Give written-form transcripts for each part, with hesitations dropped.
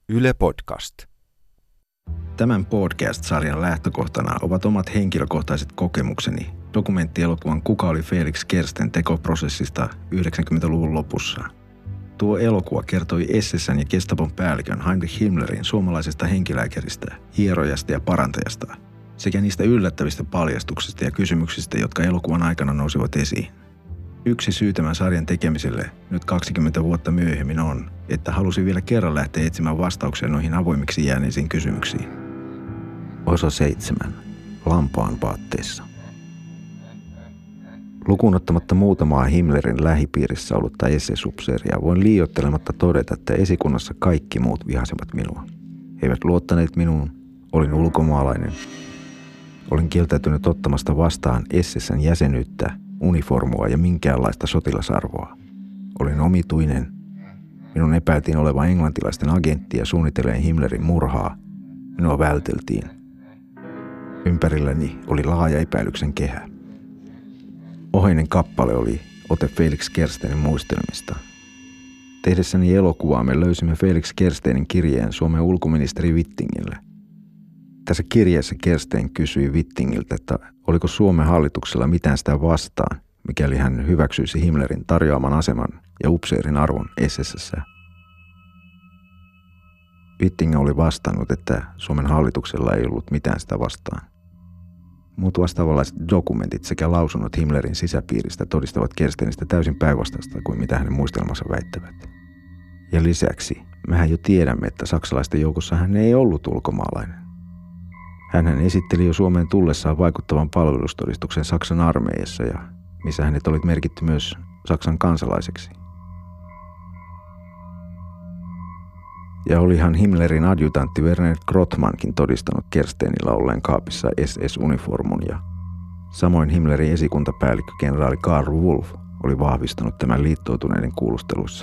Yle Podcast. Tämän podcast-sarjan lähtökohtana ovat omat henkilökohtaiset kokemukseni dokumenttielokuvan Kuka oli Felix Kersten tekoprosessista 90-luvun lopussa. Tuo elokuva kertoi SS:n ja Gestapon päällikön Heinrich Himmlerin suomalaisesta henkilääkäristä, hierojasta ja parantajasta sekä niistä yllättävistä paljastuksista ja kysymyksistä, jotka elokuvan aikana nousivat esiin. Yksi syy tämän sarjan tekemiselle nyt 20 vuotta myöhemmin on, että halusin vielä kerran lähteä etsimään vastauksia noihin avoimiksi jääneisiin kysymyksiin. Osa 7. Lampaan vaatteissa. Lukuun ottamatta muutamaa Himmlerin lähipiirissä ollutta SS-upseeria voin liioittelematta todeta, että esikunnassa kaikki muut vihasivat minua. He eivät luottaneet minuun, olin ulkomaalainen. Olin kieltäytynyt ottamasta vastaan SS:n jäsenyyttä, uniformua ja minkäänlaista sotilasarvoa. Olin omituinen. Minun epäiltiin olevan englantilaisten agenttia suunnitelleen Himmlerin murhaa. Minua välteltiin. Ympärilläni oli laaja epäilyksen kehä. Oheinen kappale oli ote Felix Kerstenin muistelmista. Tehdessäni elokuvaa me löysimme Felix Kerstenin kirjeen Suomen ulkoministeri Wittingille. Tässä kirjeessä Kersten kysyi Wittingiltä, että oliko Suomen hallituksella mitään sitä vastaan, mikäli hän hyväksyisi Himmlerin tarjoaman aseman ja upseerin arvon SS:ssä. Witting oli vastannut, että Suomen hallituksella ei ollut mitään sitä vastaan. Muut vastaavanlaiset dokumentit sekä lausunnot Himmlerin sisäpiiristä todistavat Kerstenistä täysin päinvastaista kuin mitä hänen muistelmansa väittävät. Ja lisäksi mehän jo tiedämme, että saksalaisten joukossa hän ei ollut ulkomaalainen. Hänhän esitteli jo Suomeen tullessaan vaikuttavan palvelustodistuksen Saksan armeijassa ja missä hänet oli merkitty myös Saksan kansalaiseksi. Ja olihan Himmlerin adjutantti Werner Grothmankin todistanut Kerstenillä olleen kaapissa SS-uniformun ja samoin Himmlerin esikuntapäällikkö kenraali Karl Wolff oli vahvistanut tämän liittoutuneiden kuulustelussa.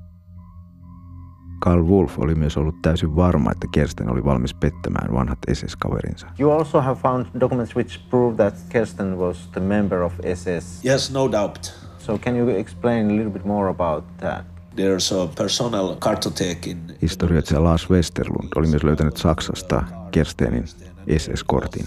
Karl Wolff oli myös ollut täysin varma, että Kersten oli valmis pettämään vanhat SS-kaverinsa. You also have found documents which prove that Kersten was the member of SS. Yes, no doubt. So can you explain a little bit more about that? There's a personal cartotheque in... Historioitsija Lars Westerlund oli myös löytänyt Saksasta Kerstenin SS-kortin.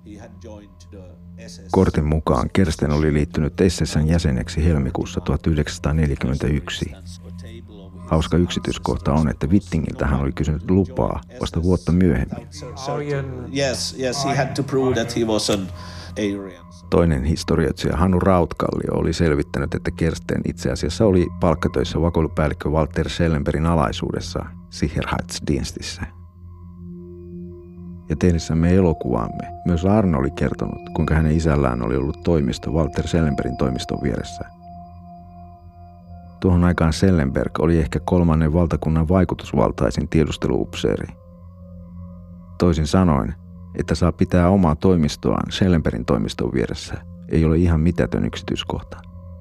Kortin mukaan Kersten oli liittynyt SS:n jäseneksi helmikuussa 1941. Hauska yksityiskohta on, että Wittingiltä hän oli kysynyt lupaa vasta vuotta myöhemmin. Yes, he had to prove that he was an Aryan. Toinen historioitsija Hannu Rautkallio oli selvittänyt, että Kersten itse asiassa oli palkkatöissä vakoilupäällikkö Walter Schellenbergin alaisuudessa Sicherheitsdienstissä. Ja tehdessämme elokuvaamme myös Arno oli kertonut, kuinka hänen isällään oli ollut toimisto Walter Schellenbergin toimiston vieressä. Tuohon aikaan Schellenberg oli ehkä 3. valtakunnan vaikutusvaltaisin tiedusteluupseeri. Toisin sanoen, että saa pitää omaa toimistoaan Schellenbergin toimiston vieressä, ei ole ihan mitätön yksityiskohta.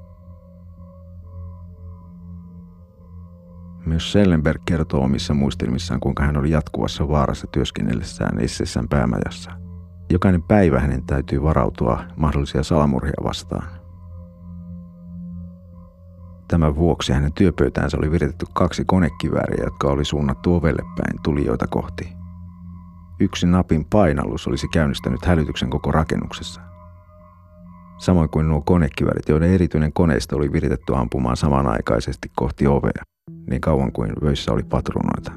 Myös Schellenberg kertoo omissa muistelmissaan, kuinka hän oli jatkuvassa vaarassa työskennellessään SS:n päämajassa. Jokainen päivä hänen täytyy varautua mahdollisia salamurhia vastaan. Tämän vuoksi hänen työpöytäänsä oli viritetty 2 konekivääriä, jotka oli suunnattu ovelle päin tulijoita kohti. Yksi napin painallus olisi käynnistänyt hälytyksen koko rakennuksessa. Samoin kuin nuo konekiväärit, joiden erityinen koneisto oli viritetty ampumaan samanaikaisesti kohti ovea, niin kauan kuin vöissä oli patruunoita.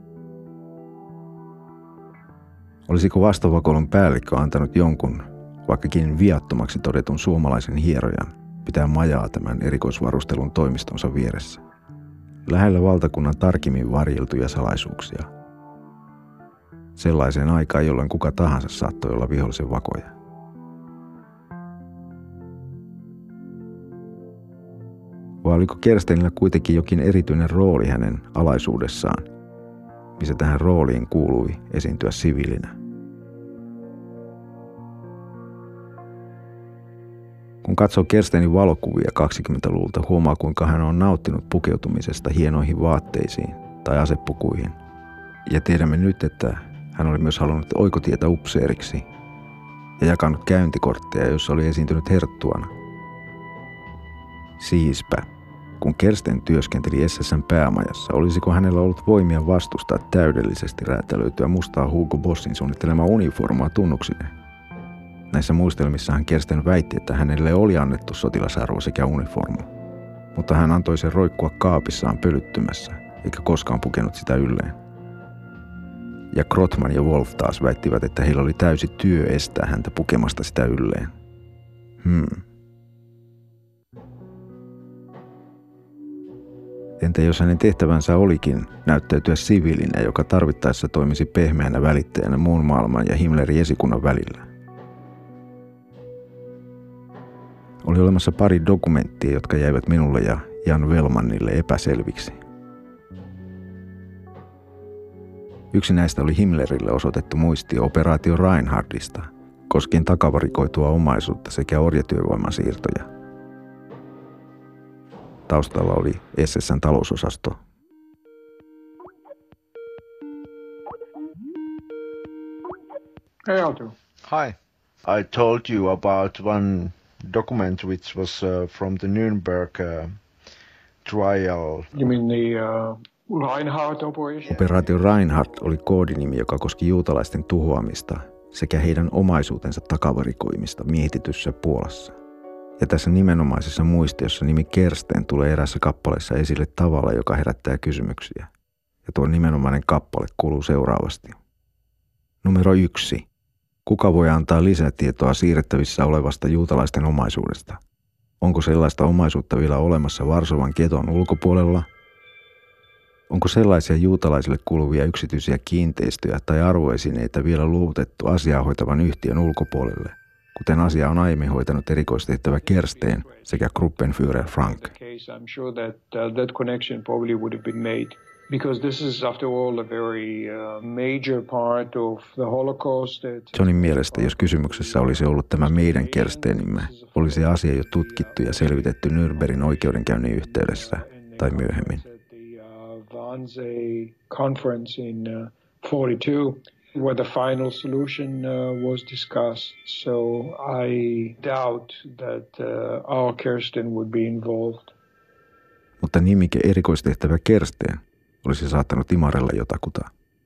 Olisiko vastavakoilun päällikkö antanut jonkun, vaikkakin viattomaksi todetun suomalaisen hierojan, pitää majaa tämän erikoisvarustelun toimistonsa vieressä, lähellä valtakunnan tarkimmin varjeltuja salaisuuksia. Sellaiseen aikaan, jolloin kuka tahansa saattoi olla vihollisen vakoja. Vai oliko Kerstenillä kuitenkin jokin erityinen rooli hänen alaisuudessaan, missä tähän rooliin kuului esiintyä siviilinä? Kun katsoo Kerstenin valokuvia 20-luvulta, huomaa kuinka hän on nauttinut pukeutumisesta hienoihin vaatteisiin tai asepukuihin. Ja tiedämme nyt, että hän oli myös halunnut oikotietä upseeriksi ja jakanut käyntikortteja, joissa oli esiintynyt herttuana. Siispä Kun Kersten työskenteli SS:n päämajassa, olisiko hänellä ollut voimia vastustaa täydellisesti räätälöityä mustaa Hugo Bossin suunnittelemaa uniformua tunnuksineen? Näissä muistelmissahan Kersten väitti, että hänelle oli annettu sotilasarvo sekä uniformu, mutta hän antoi sen roikkua kaapissaan pölyttymässä, eikä koskaan pukenut sitä ylleen. Ja Krotman ja Wolf taas väittivät, että heillä oli täysi työ estää häntä pukemasta sitä ylleen. Entä jos hänen tehtävänsä olikin näyttäytyä siviilinä, joka tarvittaessa toimisi pehmeänä välittäjänä muun maailman ja Himmlerin esikunnan välillä? Oli olemassa pari dokumenttia, jotka jäivät minulle ja Jan Wellmannille epäselviksi. Yksi näistä oli Himmlerille osoitettu muistio operaatio Reinhardtista, koskien takavarikoitua omaisuutta sekä orjatyövoiman siirtoja. Taustalla oli SS:n talousosasto. Hey, Aldo. Hi. I told you about one document which was from the Nuremberg trial. You mean the Reinhardt operation? Operaatio Reinhardt oli koodinimi, joka koski juutalaisten tuhoamista sekä heidän omaisuutensa takavarikoimista miehitetyssä Puolassa. Ja tässä nimenomaisessa muistiossa nimi Kersten tulee erässä kappaleessa esille tavalla, joka herättää kysymyksiä. Ja tuo nimenomainen kappale kuuluu seuraavasti. Numero 1. Kuka voi antaa lisätietoa siirrettävissä olevasta juutalaisten omaisuudesta? Onko sellaista omaisuutta vielä olemassa Varsovan geton ulkopuolella? Onko sellaisia juutalaisille kuuluvia yksityisiä kiinteistöjä tai arvoesineitä vielä luovutettu asiaa hoitavan yhtiön ulkopuolelle, kuten asia on aiemmin hoitanut erikoistehtävä Kersten sekä Gruppenführer Frank? Because this is after all a very major part of the Holocaust. Johnin mielestä, jos kysymyksessä olisi ollut tämä meidän Kerstenimme, olisi asia jo tutkittu ja selvitetty Nürnbergin oikeudenkäynnin yhteydessä tai myöhemmin. Wannsee conference in 42 where the final solution was discussed. So I doubt that our Kersten would be involved. Mutta nimike erikoistehtävä Kersten olisi saattanut imarrella jotakuta.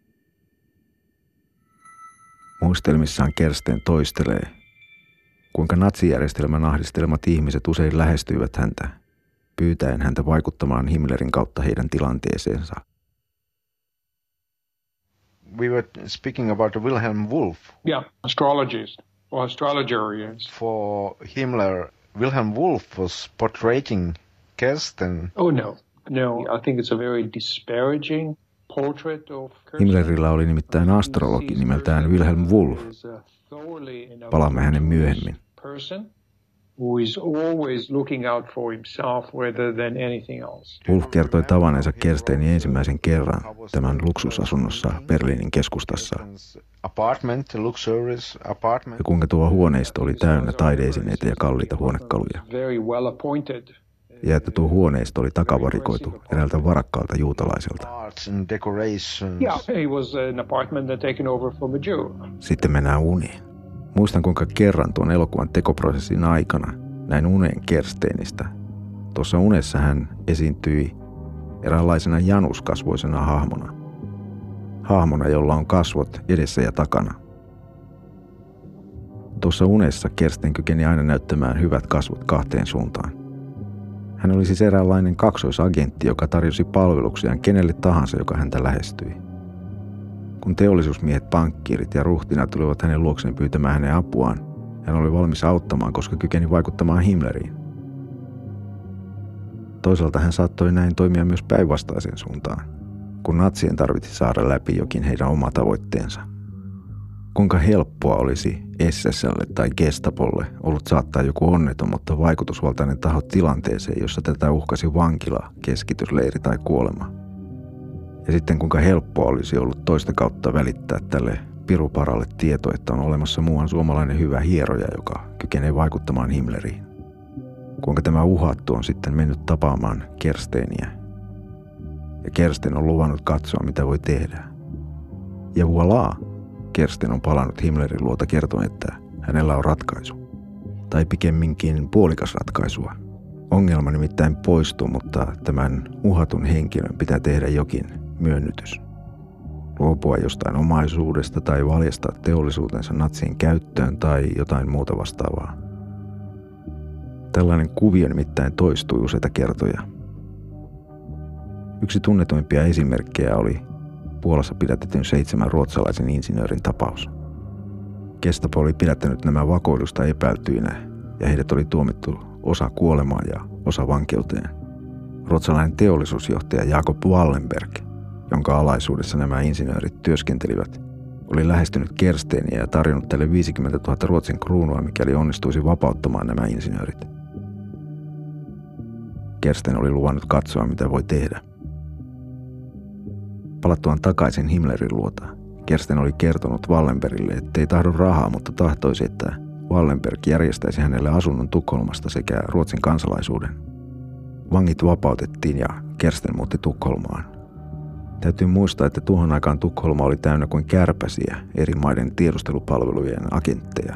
Muistelmissaan Kersten toistelee, kuinka natsijärjestelmän ahdistelemat ihmiset usein lähestyivät häntä, pyytäen häntä vaikuttamaan Himmlerin kautta heidän tilanteeseensa. We were speaking about Wilhelm Wolf. Yeah, astrologist or astrologer, yes. For Himmler, Wilhelm Wolf was portraying Kersten. Oh no. No, I think it's a very disparaging portrait of Kersten. Himmlerillä oli nimittäin astrologi nimeltään Wilhelm Wolf. Palaamme hänen myöhemmin. Who is always looking out for himself rather than anything else. Wolf kertoi tavanneensa Kerstenin ensimmäisen kerran tämän luksusasunnossa Berliinin keskustassa. Ja kuinka tuo huoneisto oli täynnä taideesineitä ja kalliita huonekaluja. Ja että tuo huoneisto oli takavarikoitu eräältä varakkaalta juutalaiselta. Sitten mennään uniin. Muistan kuinka kerran tuon elokuvan tekoprosessin aikana näin unen Kerstenistä. Tuossa unessa hän esiintyi eräänlaisena januskasvoisena hahmona. Hahmona, jolla on kasvot edessä ja takana. Tuossa unessa Kersten kykeni aina näyttämään hyvät kasvot kahteen suuntaan. Hän oli siis eräänlainen kaksoisagentti, joka tarjosi palveluksiaan kenelle tahansa, joka häntä lähestyi. Kun teollisuusmiehet, pankkiirit ja ruhtinat tulivat hänen luokseen pyytämään hänen apuaan, hän oli valmis auttamaan, koska kykeni vaikuttamaan Himmleriin. Toisaalta hän saattoi näin toimia myös päinvastaiseen suuntaan, kun natsien tarvitsi saada läpi jokin heidän oma tavoitteensa. Kuinka helppoa olisi SS:lle tai Gestapolle ollut saattaa joku onneton, mutta vaikutusvaltainen taho tilanteeseen, jossa tätä uhkasi vankila, keskitysleiri tai kuolema. Ja sitten kuinka helppoa olisi ollut toista kautta välittää tälle piruparalle tieto, että on olemassa muuan suomalainen hyvä hieroja, joka kykenee vaikuttamaan Himmleriin. Kuinka tämä uhattu on sitten mennyt tapaamaan Kersteniä. Ja Kersten on luvannut katsoa, mitä voi tehdä. Ja voilà! Kersten on palannut Himmlerin luota kertoen, että hänellä on ratkaisu. Tai pikemminkin puolikas ratkaisua. Ongelma nimittäin poistuu, mutta tämän uhatun henkilön pitää tehdä jokin myönnytys. Luopua jostain omaisuudesta tai valjastaa teollisuutensa natsien käyttöön tai jotain muuta vastaavaa. Tällainen kuvio nimittäin toistui useita kertoja. Yksi tunnetuimpia esimerkkejä oli Puolassa pidätetyn 7 ruotsalaisen insinöörin tapaus. Gestapo oli pidättänyt nämä vakoilusta epäiltyinä ja heidät oli tuomittu osa kuolemaan ja osa vankeuteen. Ruotsalainen teollisuusjohtaja Jakob Wallenberg, jonka alaisuudessa nämä insinöörit työskentelivät, oli lähestynyt Kersteniä ja tarjonnut tälle 50 000 Ruotsin kruunua, mikäli onnistuisi vapauttamaan nämä insinöörit. Kersten oli luvannut katsoa, mitä voi tehdä. Palattuaan takaisin Himmlerin luota, Kersten oli kertonut Wallenbergille, ettei tahdo rahaa, mutta tahtoisi, että Wallenberg järjestäisi hänelle asunnon Tukholmasta sekä Ruotsin kansalaisuuden. Vangit vapautettiin ja Kersten muutti Tukholmaan. Täytyy muistaa, että tuohon aikaan Tukholma oli täynnä kuin kärpäsiä eri maiden tiedustelupalvelujen agentteja.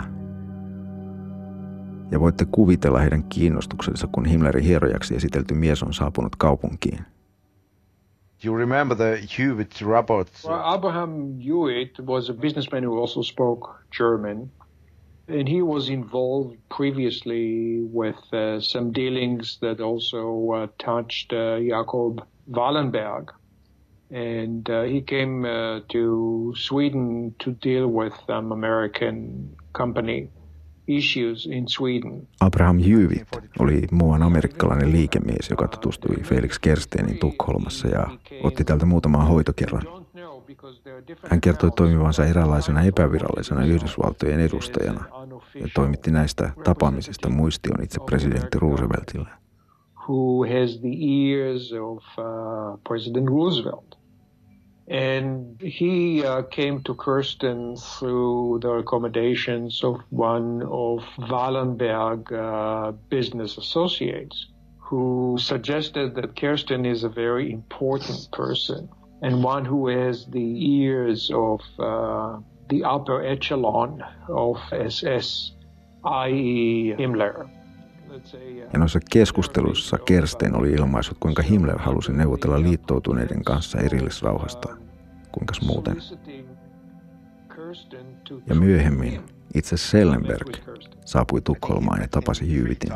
Ja voitte kuvitella heidän kiinnostuksensa, kun Himmlerin hierojaksi esitelty mies on saapunut kaupunkiin. You remember the Hewitt report? Well, Abraham Hewitt was a businessman who also spoke German. And he was involved previously with some dealings that also touched Jakob Wallenberg. And he came to Sweden to deal with American company issues in Sweden. Abraham Hewitt oli muuan amerikkalainen liikemies, joka tutustui Felix Kerstenin Tukholmassa ja otti tältä muutaman hoitokerran. Hän kertoi toimivansa eräänlaisena epävirallisena Yhdysvaltojen edustajana ja toimitti näistä tapaamisista muistion itse presidentti Rooseveltille. Who has the ears of President Roosevelt. And he came to Kirsten through the recommendations of one of Wallenberg business associates, who suggested that Kirsten is a very important person and one who has the ears of the upper echelon of SS, i.e. Himmler. Ja noissa keskusteluissa Kersten oli ilmaissut, kuinka Himmler halusi neuvotella liittoutuneiden kanssa erillisrauhasta. Kuinkas muuten? Ja myöhemmin itse Schellenberg saapui Tukholmaan ja tapasi Hewittin.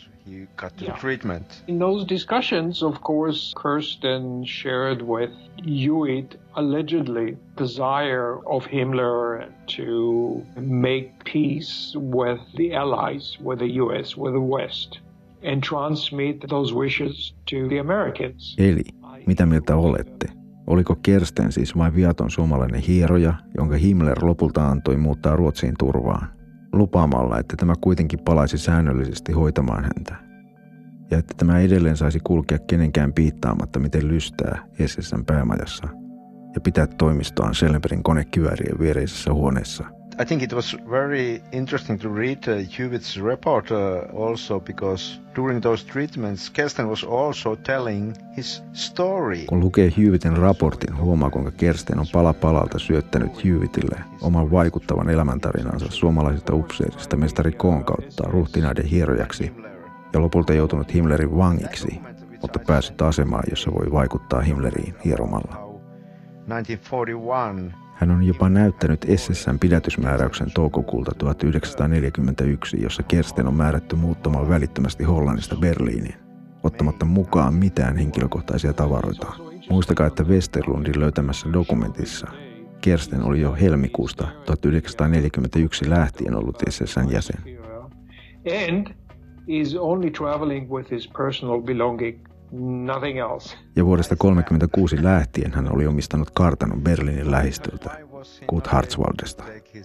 In those discussions, of course, Kirsten shared with Hewitt allegedly desire of Himmler to make peace with the Allies, with the US, with the West, and transmit those wishes to the Americans. Eli, mitä mieltä olette? Oliko Kersten siis vain viaton suomalainen hieroja, jonka Himmler lopulta antoi muuttaa Ruotsiin turvaan, lupaamalla, että tämä kuitenkin palaisi säännöllisesti hoitamaan häntä? Ja että tämä edelleen saisi kulkea kenenkään piittaamatta, miten lystää SS:n päämajassa ja pitää toimistoaan Schellenbergin konekyvärien viereisessä huoneessa. I think it was very interesting to read Hewitt's report also because during those treatments Kersten was also telling his story. Kun lukee Hewittin raportin, huomaa kuinka Kersten on pala palalta syöttänyt Hewittille oman vaikuttavan elämäntarinansa suomalaisesta upseerista mestari Koon kautta ruhtinaiden hierojaksi ja lopulta joutunut Himmlerin vangiksi, mutta päässyt asemaan, jossa voi vaikuttaa Himmleriin hieromalla. 1941. Hän on jopa näyttänyt SS:n pidätysmääräyksen toukokuulta 1941, jossa Kersten on määrätty muuttamaan välittömästi Hollannista Berliiniin, ottamatta mukaan mitään henkilökohtaisia tavaroita. Muistakaa, että Westerlundin löytämässä dokumentissa Kersten oli jo helmikuusta 1941 lähtien ollut SS:n jäsen. And is only traveling with his personal belonging, nothing else. Ja vuodesta 1936 lähtien hän oli omistanut kartanon Berliinin lähistöltä, Gut Hartswaldesta.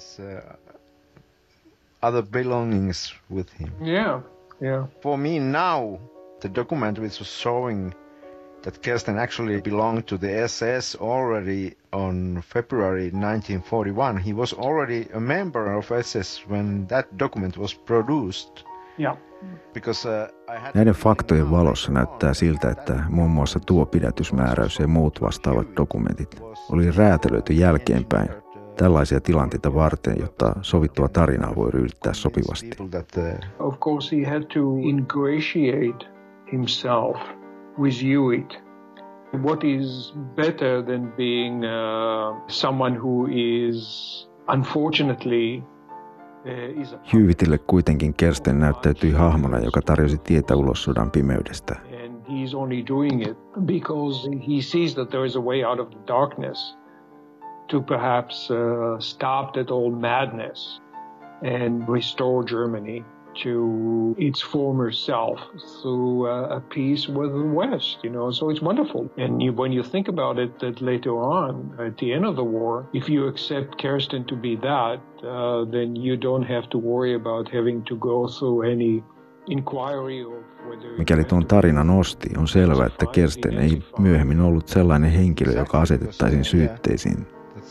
Other belongings with him. Yeah. For me now, the document which was showing that Kersten actually belonged to the SS already on February 1941. He was already a member of SS when that document was produced. Yeah. Näiden faktojen valossa näyttää siltä, että muun muassa tuo pidätysmääräys ja muut vastaavat dokumentit oli räätälöity jälkeenpäin tällaisia tilanteita varten, jotta sovittua tarinaa voi ryhdittää sopivasti. Of course he had to ingratiate himself with Hewitt. What is better than being someone who is unfortunately Hewittille kuitenkin Kirsten näyttäytyi hahmona, joka tarjosi tietä ulos sodan pimeydestä. And he's only doing it because he sees that there is a way out of the darkness to perhaps stop that old madness and restore Germany to its former self through a peace with the West, so it's wonderful. And when you think about it, that later on, at the end of the war, if you accept Kirsten to be that, then you don't have to worry about having to go through any inquiry of whether... Mikäli tuon tarinan osti, on selvää, että Kirsten ei myöhemmin ollut sellainen henkilö, joka asetettaisiin syytteisiin.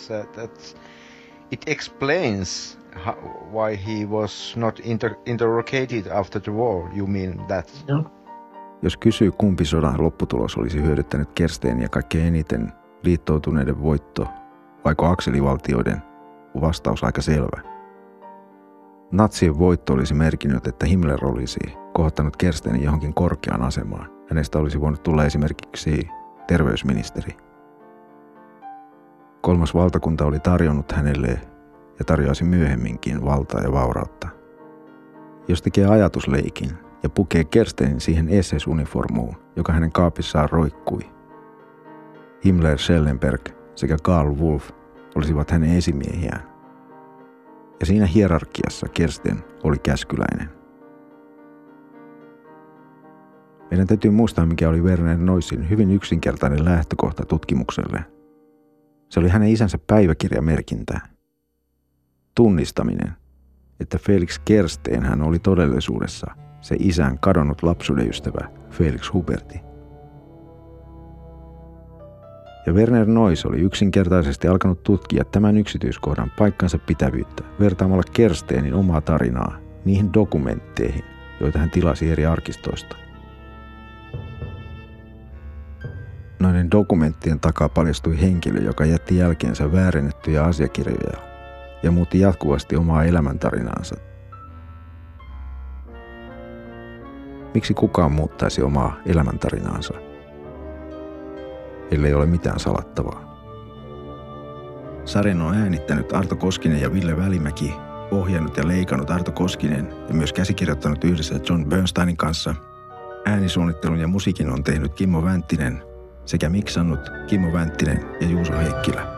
It explains why he was not interrogated after the war. You mean that? Yeah. Jos kysyy, kumpi sodan lopputulos olisi hyödyttänyt Kirsteniä kaikkein eniten, liittoutuneiden voitto vaiko akselivaltioiden, on vastaus aika selvä. Natsien voitto olisi merkinnyt, että Himmler olisi kohottanut Kirstenin johonkin korkeaan asemaan. Hänestä olisi voinut tulla esimerkiksi terveysministeri. Kolmas valtakunta oli tarjonnut hänelle ja tarjoaisi myöhemminkin valtaa ja vaurautta. Jos tekee ajatusleikin ja pukee Kirstenin siihen SS-uniformuun, joka hänen kaapissaan roikkui, Himmler, Schellenberg sekä Karl Wolff olisivat hänen esimiehiään. Ja siinä hierarkiassa Kirsten oli käskyläinen. Meidän täytyy muistaa, mikä oli Werner Neussin hyvin yksinkertainen lähtökohta tutkimukselle. Se oli hänen isänsä päiväkirjamerkintä. Tunnistaminen, että Felix Kersten hän oli todellisuudessa se isän kadonnut lapsuuden ystävä Felix Huberti. Ja Werner Neuss oli yksinkertaisesti alkanut tutkia tämän yksityiskohdan paikkansa pitävyyttä vertaamalla Kerstenin omaa tarinaa niihin dokumentteihin, joita hän tilasi eri arkistoista. Noiden dokumenttien takaa paljastui henkilö, joka jätti jälkeensä väärennettyjä asiakirjoja ja muutti jatkuvasti omaa elämäntarinaansa. Miksi kukaan muuttaisi omaa elämäntarinaansa, ellei ole mitään salattavaa? Sarjan on äänittänyt Arto Koskinen ja Ville Välimäki, ohjannut ja leikannut Arto Koskinen ja myös käsikirjoittanut yhdessä John Bernsteinin kanssa. Äänisuunnittelun ja musiikin on tehnyt Kimmo Vänttinen sekä miksannut Kimmo Vänttinen ja Juuso Heikkilä.